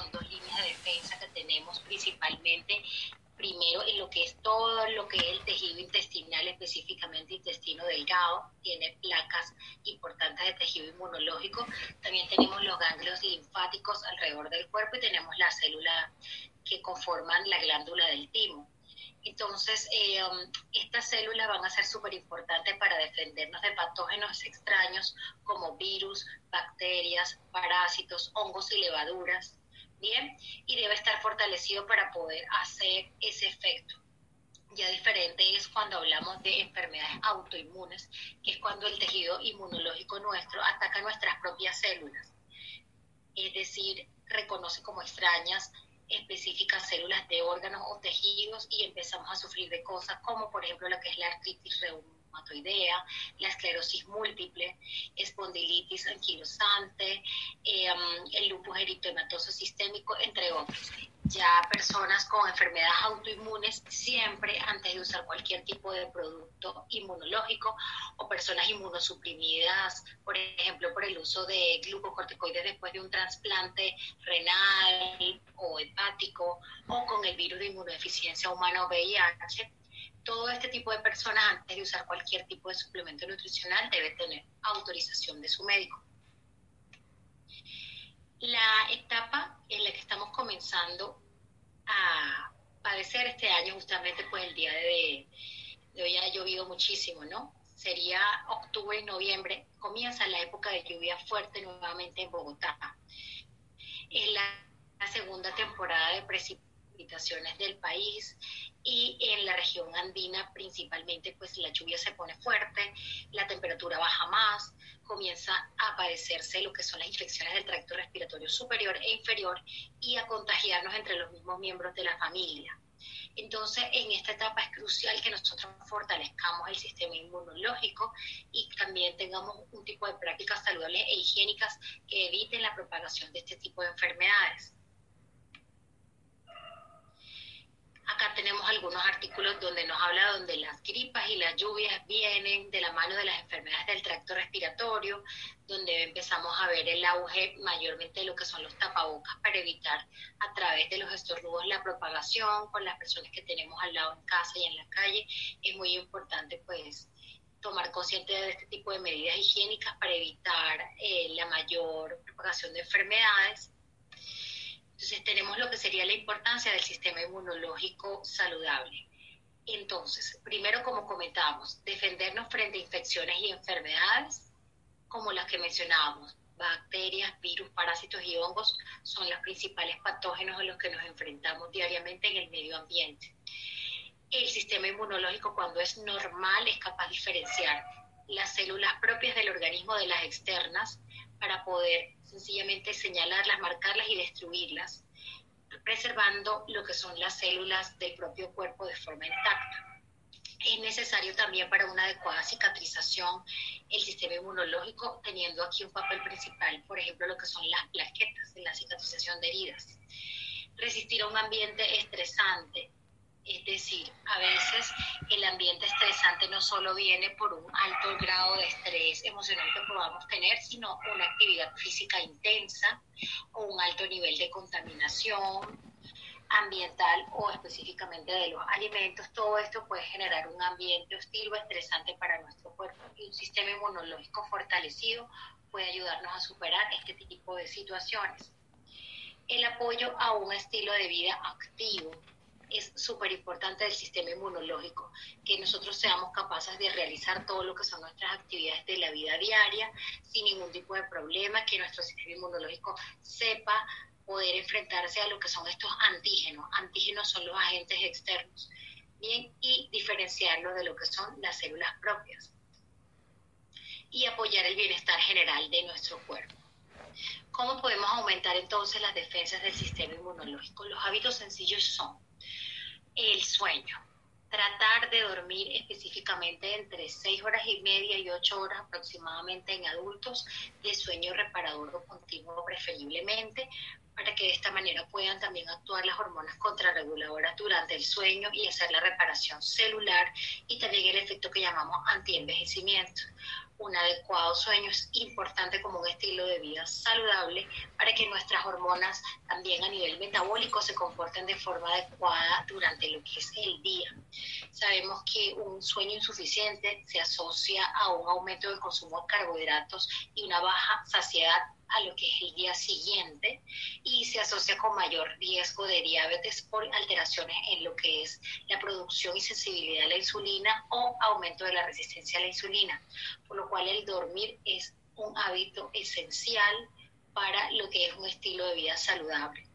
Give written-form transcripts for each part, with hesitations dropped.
son dos líneas de defensa que tenemos principalmente. Primero, en lo que es todo lo que es el tejido intestinal, específicamente intestino delgado, tiene placas importantes de tejido inmunológico. También tenemos los ganglios linfáticos alrededor del cuerpo y tenemos las células que conforman la glándula del timo. Entonces, estas células van a ser súper importantes para defendernos de patógenos extraños como virus, bacterias, parásitos, hongos y levaduras. Bien, y debe estar fortalecido para poder hacer ese efecto. Ya diferente es cuando hablamos de enfermedades autoinmunes, que es cuando el tejido inmunológico nuestro ataca nuestras propias células. Es decir, reconoce como extrañas específicas células de órganos o tejidos y empezamos a sufrir de cosas como, por ejemplo, lo que es la artritis reumatoidea, la esclerosis múltiple, espondilitis anquilosante, el lupus eritematoso sistémico, entre otros. Ya personas con enfermedades autoinmunes, siempre antes de usar cualquier tipo de producto inmunológico, o personas inmunosuprimidas, por ejemplo, por el uso de glucocorticoides después de un trasplante renal o hepático, o con el virus de inmunodeficiencia humana o VIH, todo este tipo de personas, antes de usar cualquier tipo de suplemento nutricional, debe tener autorización de su médico. La etapa en la que estamos comenzando a padecer este año, justamente pues el día de hoy ha llovido muchísimo, ¿no? Sería octubre y noviembre, comienza la época de lluvia fuerte nuevamente en Bogotá. Es la segunda temporada de precipitaciones del país y en la región andina principalmente pues la lluvia se pone fuerte, la temperatura baja más, comienza a padecerse lo que son las infecciones del tracto respiratorio superior e inferior y a contagiarnos entre los mismos miembros de la familia. Entonces, en esta etapa es crucial que nosotros fortalezcamos el sistema inmunológico y también tengamos un tipo de prácticas saludables e higiénicas que eviten la propagación de este tipo de enfermedades. Acá tenemos algunos artículos donde nos habla donde las gripas y las lluvias vienen de la mano de las enfermedades del tracto respiratorio, donde empezamos a ver el auge mayormente de lo que son los tapabocas para evitar a través de los estornudos la propagación con las personas que tenemos al lado en casa y en la calle. Es muy importante pues tomar consciente de este tipo de medidas higiénicas para evitar la mayor propagación de enfermedades. Entonces tenemos lo que sería la importancia del sistema inmunológico saludable. Entonces, primero, como comentábamos, defendernos frente a infecciones y enfermedades, como las que mencionábamos, bacterias, virus, parásitos y hongos son los principales patógenos a los que nos enfrentamos diariamente en el medio ambiente. El sistema inmunológico, cuando es normal, es capaz de diferenciar las células propias del organismo de las externas para poder sencillamente señalarlas, marcarlas y destruirlas, preservando lo que son las células del propio cuerpo de forma intacta. Es necesario también para una adecuada cicatrización el sistema inmunológico, teniendo aquí un papel principal, por ejemplo, lo que son las plaquetas en la cicatrización de heridas. Resistir a un ambiente estresante, es decir, a veces el ambiente estresante no solo viene por un alto grado de estrés emocional que podamos tener, sino una actividad física intensa o un alto nivel de contaminación ambiental o específicamente de los alimentos. Todo esto puede generar un ambiente hostil o estresante para nuestro cuerpo, y un sistema inmunológico fortalecido puede ayudarnos a superar este tipo de situaciones. El apoyo a un estilo de vida activo es súper importante del sistema inmunológico, que nosotros seamos capaces de realizar todo lo que son nuestras actividades de la vida diaria sin ningún tipo de problema, que nuestro sistema inmunológico sepa poder enfrentarse a lo que son estos antígenos. Antígenos son los agentes externos, bien, y diferenciarlo de lo que son las células propias. Y apoyar el bienestar general de nuestro cuerpo. ¿Cómo podemos aumentar entonces las defensas del sistema inmunológico? Los hábitos sencillos son el sueño. Tratar de dormir específicamente entre 6 horas y media y 8 horas aproximadamente en adultos, de sueño reparador o continuo preferiblemente, para que de esta manera puedan también actuar las hormonas contrarreguladoras durante el sueño y hacer la reparación celular y también el efecto que llamamos antienvejecimiento. Un adecuado sueño es importante como un estilo de vida saludable para que nuestras hormonas también a nivel metabólico se comporten de forma adecuada durante lo que es el día. Sabemos que un sueño insuficiente se asocia a un aumento del consumo de carbohidratos y una baja saciedad a lo que es el día siguiente, y se asocia con mayor riesgo de diabetes por alteraciones en lo que es la producción y sensibilidad a la insulina o aumento de la resistencia a la insulina, por lo cual el dormir es un hábito esencial para lo que es un estilo de vida saludable.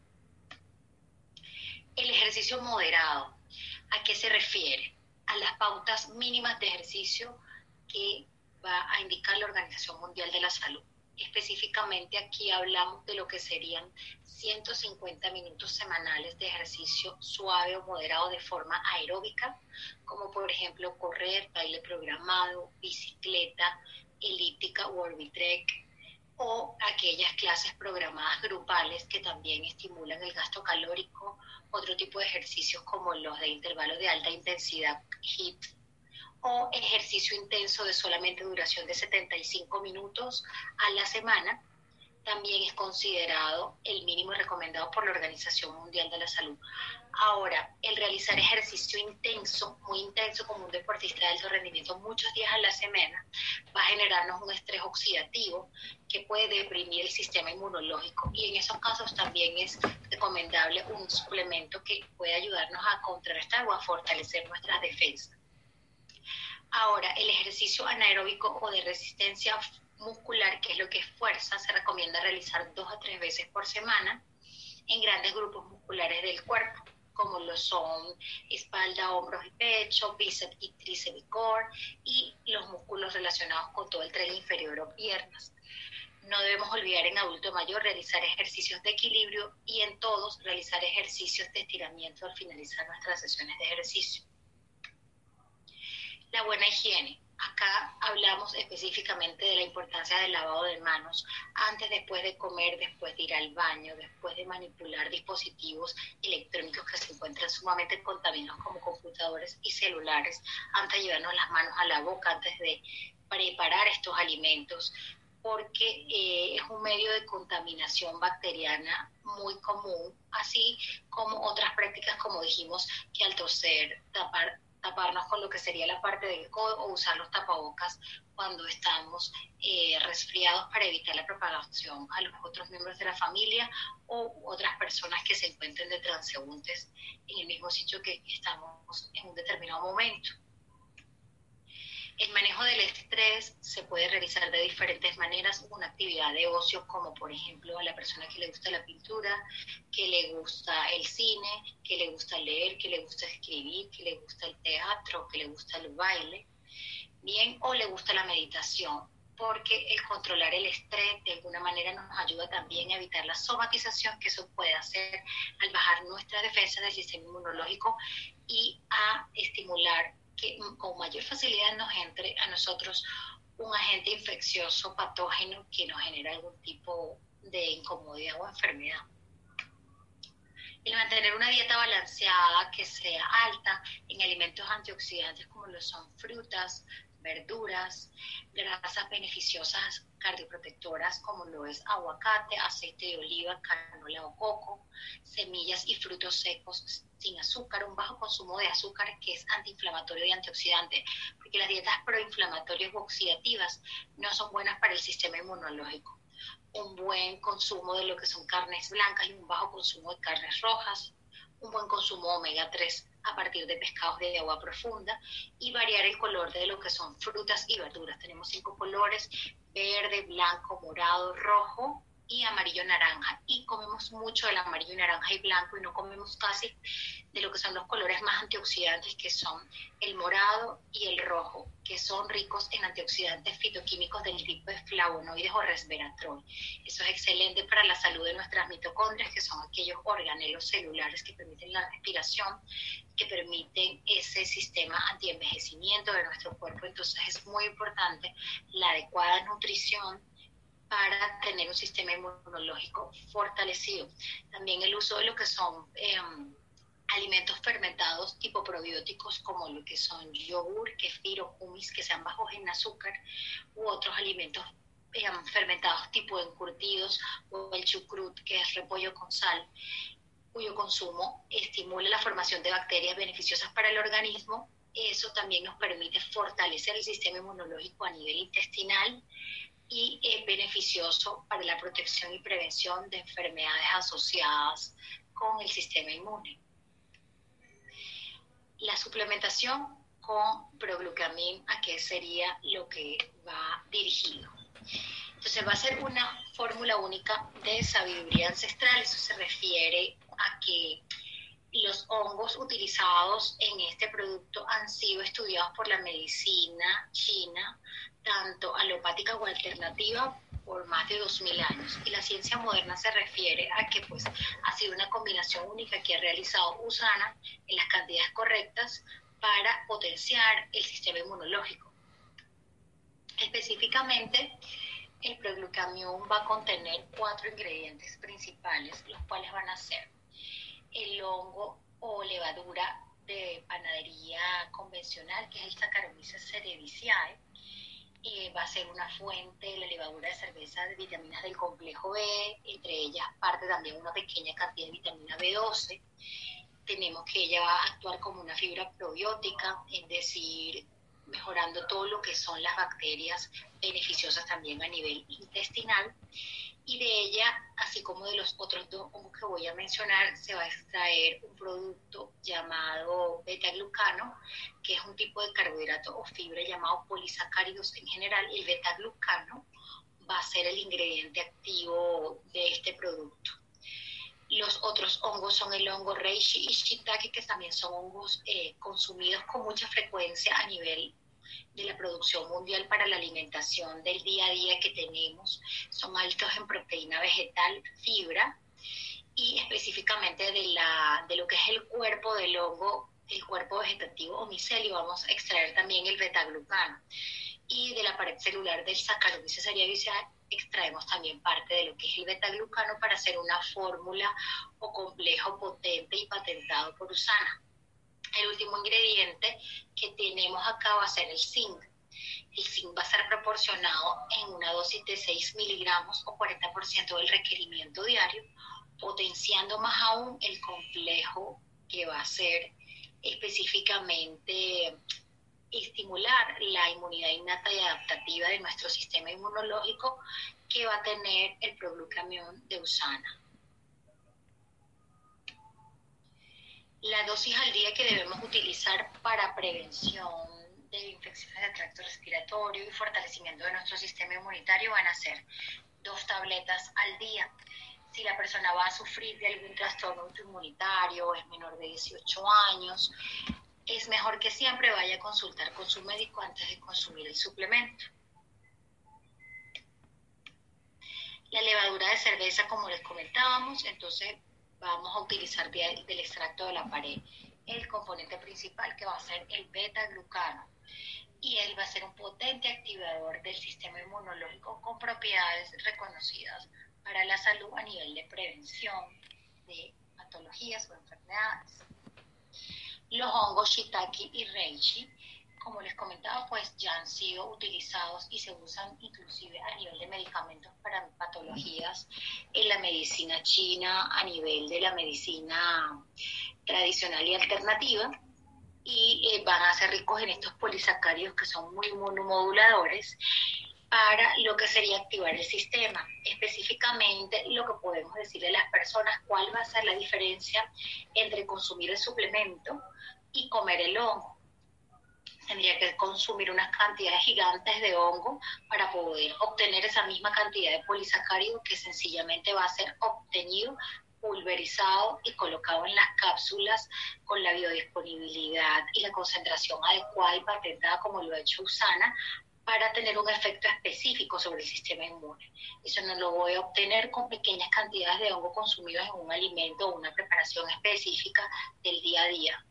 El ejercicio moderado, ¿a qué se refiere? A las pautas mínimas de ejercicio que va a indicar la Organización Mundial de la Salud. Específicamente aquí hablamos de lo que serían 150 minutos semanales de ejercicio suave o moderado de forma aeróbica, como por ejemplo correr, baile programado, bicicleta, elíptica o orbitrek, o aquellas clases programadas grupales que también estimulan el gasto calórico, otro tipo de ejercicios como los de intervalos de alta intensidad HIIT, o ejercicio intenso de solamente duración de 75 minutos a la semana, también es considerado el mínimo recomendado por la Organización Mundial de la Salud. Ahora, el realizar ejercicio intenso, muy intenso, como un deportista de alto rendimiento muchos días a la semana, va a generarnos un estrés oxidativo que puede deprimir el sistema inmunológico, y en esos casos también es recomendable un suplemento que puede ayudarnos a contrarrestar o a fortalecer nuestras defensas. Ahora, el ejercicio anaeróbico o de resistencia muscular, que es lo que es fuerza, se recomienda realizar 2 a 3 veces por semana en grandes grupos musculares del cuerpo, como lo son espalda, hombros y pecho, bíceps y tríceps y core, y los músculos relacionados con todo el tren inferior o piernas. No debemos olvidar en adulto mayor realizar ejercicios de equilibrio, y en todos realizar ejercicios de estiramiento al finalizar nuestras sesiones de ejercicio. La buena higiene. Acá hablamos específicamente de la importancia del lavado de manos antes, después de comer, después de ir al baño, después de manipular dispositivos electrónicos que se encuentran sumamente contaminados como computadores y celulares, antes de llevarnos las manos a la boca, antes de preparar estos alimentos, porque es un medio de contaminación bacteriana muy común, así como otras prácticas, como dijimos, que al toser, taparnos con lo que sería la parte del codo, o usar los tapabocas cuando estamos resfriados para evitar la propagación a los otros miembros de la familia o otras personas que se encuentren de transeúntes en el mismo sitio que estamos en un determinado momento. El manejo del estrés se puede realizar de diferentes maneras. Una actividad de ocio, como por ejemplo a la persona que le gusta la pintura, que le gusta el cine, que le gusta leer, que le gusta escribir, que le gusta el teatro, que le gusta el baile, bien, o le gusta la meditación, porque el controlar el estrés de alguna manera nos ayuda también a evitar la somatización que eso puede hacer al bajar nuestra defensa del sistema inmunológico y a estimular que con mayor facilidad nos entre a nosotros un agente infeccioso patógeno que nos genera algún tipo de incomodidad o enfermedad. El mantener una dieta balanceada que sea alta en alimentos antioxidantes como lo son frutas, verduras, grasas beneficiosas cardioprotectoras como lo es aguacate, aceite de oliva, canola o coco, semillas y frutos secos sin azúcar, un bajo consumo de azúcar que es antiinflamatorio y antioxidante, porque las dietas proinflamatorias u oxidativas no son buenas para el sistema inmunológico. Un buen consumo de lo que son carnes blancas y un bajo consumo de carnes rojas, un buen consumo de omega 3 a partir de pescados de agua profunda, y variar el color de lo que son frutas y verduras. Tenemos 5 colores: verde, blanco, morado, rojo y amarillo naranja, y comemos mucho del amarillo, naranja y blanco, y no comemos casi de lo que son los colores más antioxidantes, que son el morado y el rojo, que son ricos en antioxidantes fitoquímicos del tipo de flavonoides o resveratrol. Eso es excelente para la salud de nuestras mitocondrias, que son aquellos organelos celulares que permiten la respiración, que permiten ese sistema antienvejecimiento de nuestro cuerpo. Entonces es muy importante la adecuada nutrición para tener un sistema inmunológico fortalecido. También el uso de lo que son alimentos fermentados tipo probióticos como lo que son yogur, kefir o hummus, que sean bajos en azúcar, u otros alimentos fermentados tipo encurtidos, o el chucrut, que es repollo con sal, cuyo consumo estimula la formación de bacterias beneficiosas para el organismo. Eso también nos permite fortalecer el sistema inmunológico a nivel intestinal y es beneficioso para la protección y prevención de enfermedades asociadas con el sistema inmune. La suplementación con proglucamin, ¿a qué sería lo que va dirigido? Entonces va a ser una fórmula única de sabiduría ancestral. Eso se refiere a que los hongos utilizados en este producto han sido estudiados por la medicina china, tanto alopática o alternativa, por más de 2000 años. Y la ciencia moderna se refiere a que pues ha sido una combinación única que ha realizado USANA en las cantidades correctas para potenciar el sistema inmunológico. Específicamente, el proglucamión va a contener 4 ingredientes principales, los cuales van a ser el hongo o levadura de panadería convencional, que es el Saccharomyces cerevisiae. Va a ser una fuente, la levadura de cerveza, de vitaminas del complejo B, entre ellas parte también una pequeña cantidad de vitamina B12. Tenemos que ella va a actuar como una fibra probiótica, es decir, mejorando todo lo que son las bacterias beneficiosas también a nivel intestinal. Y de ella, así como de los otros 2 hongos que voy a mencionar, se va a extraer un producto llamado beta-glucano, que es un tipo de carbohidrato o fibra llamado polisacáridos en general, y el beta-glucano va a ser el ingrediente activo de este producto. Los otros hongos son el hongo reishi y shiitake, que también son hongos consumidos con mucha frecuencia a nivel de la producción mundial para la alimentación del día a día que tenemos. Son altos en proteína vegetal, fibra, y específicamente de lo que es el cuerpo del hongo, el cuerpo vegetativo o micelio, vamos a extraer también el betaglucano. Y de la pared celular del Saccharomyces cerevisiae extraemos también parte de lo que es el betaglucano para hacer una fórmula o complejo potente y patentado por USANA. El último ingrediente que tenemos acá va a ser el zinc. El zinc va a ser proporcionado en una dosis de 6 miligramos o 40% del requerimiento diario, potenciando más aún el complejo que va a ser específicamente estimular la inmunidad innata y adaptativa de nuestro sistema inmunológico, que va a tener el proglucamión de USANA. La dosis al día que debemos utilizar para prevención de infecciones del tracto respiratorio y fortalecimiento de nuestro sistema inmunitario van a ser 2 tabletas al día. Si la persona va a sufrir de algún trastorno autoinmunitario, es menor de 18 años, es mejor que siempre vaya a consultar con su médico antes de consumir el suplemento. La levadura de cerveza, como les comentábamos, entonces vamos a utilizar del extracto de la pared el componente principal, que va a ser el beta-glucano, y él va a ser un potente activador del sistema inmunológico con propiedades reconocidas para la salud a nivel de prevención de patologías o enfermedades. Los hongos shiitake y reishi, como les comentaba, pues ya han sido utilizados y se usan inclusive a nivel de medicamentos para patologías en la medicina china, a nivel de la medicina tradicional y alternativa, y van a ser ricos en estos polisacáridos que son muy inmunomoduladores para lo que sería activar el sistema. Específicamente, lo que podemos decirle a las personas, cuál va a ser la diferencia entre consumir el suplemento y comer el hongo. Tendría que consumir unas cantidades gigantes de hongo para poder obtener esa misma cantidad de polisacárido, que sencillamente va a ser obtenido, pulverizado y colocado en las cápsulas con la biodisponibilidad y la concentración adecuada y patentada, como lo ha hecho USANA, para tener un efecto específico sobre el sistema inmune. Eso no lo voy a obtener con pequeñas cantidades de hongo consumidos en un alimento o una preparación específica del día a día.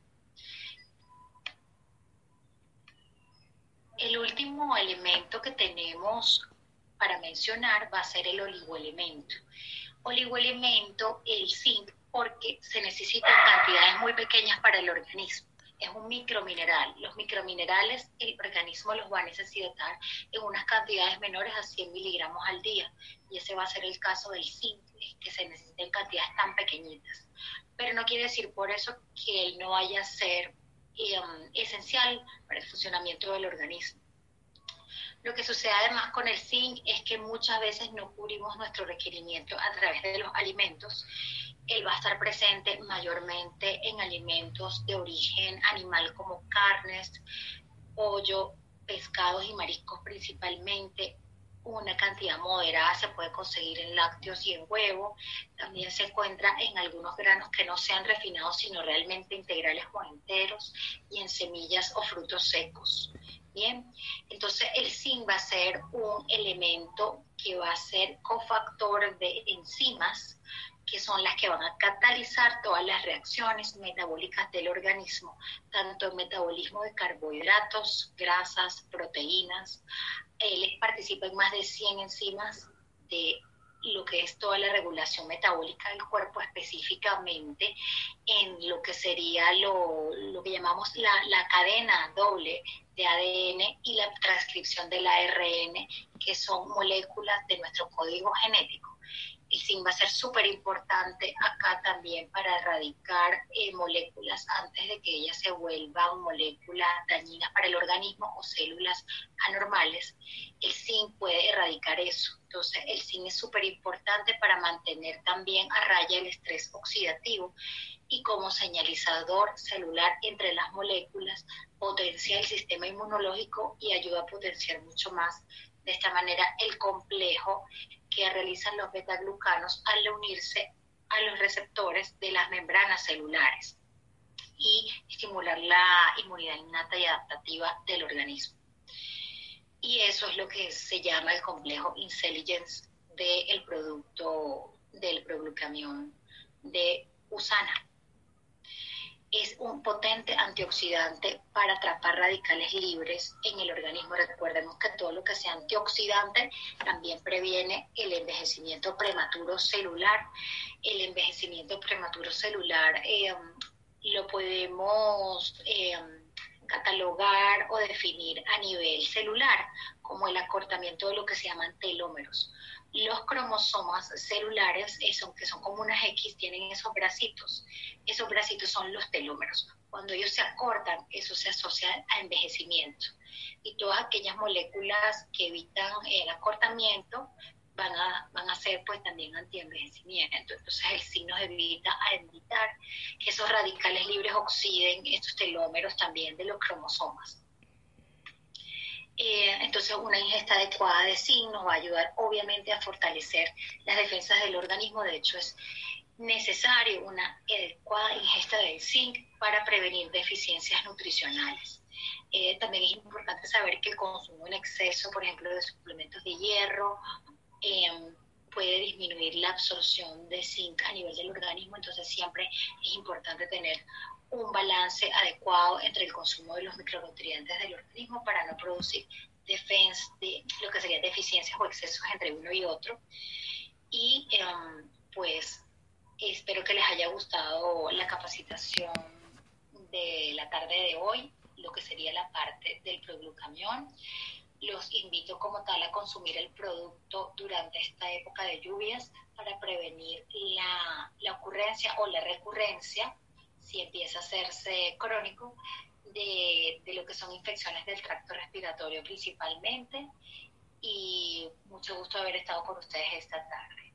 El último elemento que tenemos para mencionar va a ser el oligoelemento. Oligoelemento, el zinc porque se necesitan cantidades muy pequeñas para el organismo. Es un micromineral. Los microminerales el organismo los va a necesitar en unas cantidades menores a 100 miligramos al día. Y ese va a ser el caso del zinc, que se necesita en cantidades tan pequeñitas. Pero no quiere decir por eso que él no vaya a ser esencial para el funcionamiento del organismo. Lo que sucede además con el zinc es que muchas veces no cubrimos nuestro requerimiento a través de los alimentos. Él va a estar presente mayormente en alimentos de origen animal como carnes, pollo, pescados y mariscos principalmente. Una cantidad moderada se puede conseguir en lácteos y en huevo. También se encuentra en algunos granos que no sean refinados, sino realmente integrales o enteros, y en semillas o frutos secos. Bien, entonces el zinc va a ser un elemento que va a ser cofactor de enzimas, que son las que van a catalizar todas las reacciones metabólicas del organismo, tanto el metabolismo de carbohidratos, grasas, proteínas. Él participa en más de 100 enzimas de lo que es toda la regulación metabólica del cuerpo, específicamente en lo que sería lo que llamamos la cadena doble de ADN y la transcripción del ARN, que son moléculas de nuestro código genético. El zinc va a ser súper importante acá también para erradicar moléculas antes de que ellas se vuelvan moléculas dañinas para el organismo o células anormales. El zinc puede erradicar eso. Entonces, el zinc es súper importante para mantener también a raya el estrés oxidativo, y como señalizador celular entre las moléculas, potencia el sistema inmunológico y ayuda a potenciar mucho más de esta manera el complejo que realizan los betaglucanos al unirse a los receptores de las membranas celulares y estimular la inmunidad innata y adaptativa del organismo. Y eso es lo que se llama el complejo Intelligence del producto del proglucamión de USANA. Es un potente antioxidante para atrapar radicales libres en el organismo. Recordemos que todo lo que sea antioxidante también previene el envejecimiento prematuro celular. El envejecimiento prematuro celular lo podemos catalogar o definir a nivel celular como el acortamiento de lo que se llaman telómeros. Los cromosomas celulares, que son como unas X, tienen esos bracitos. Esos bracitos son los telómeros. Cuando ellos se acortan, eso se asocia a envejecimiento. Y todas aquellas moléculas que evitan el acortamiento van a ser pues también antienvejecimiento. Entonces el zinc nos evita a evitar que esos radicales libres oxiden estos telómeros también de los cromosomas. Entonces una ingesta adecuada de zinc nos va a ayudar obviamente a fortalecer las defensas del organismo. De hecho es necesario una adecuada ingesta de zinc para prevenir deficiencias nutricionales. También es importante saber que el consumo en exceso, por ejemplo, de suplementos de hierro, puede disminuir la absorción de zinc a nivel del organismo. Entonces siempre es importante tener un balance adecuado entre el consumo de los micronutrientes del organismo para no producir lo que serían deficiencias o excesos entre uno y otro. Y pues espero que les haya gustado la capacitación de la tarde de hoy, lo que sería la parte del proglucamión. Los invito como tal a consumir el producto durante esta época de lluvias para prevenir la ocurrencia o la recurrencia, si empieza a hacerse crónico, de lo que son infecciones del tracto respiratorio principalmente. Y mucho gusto haber estado con ustedes esta tarde.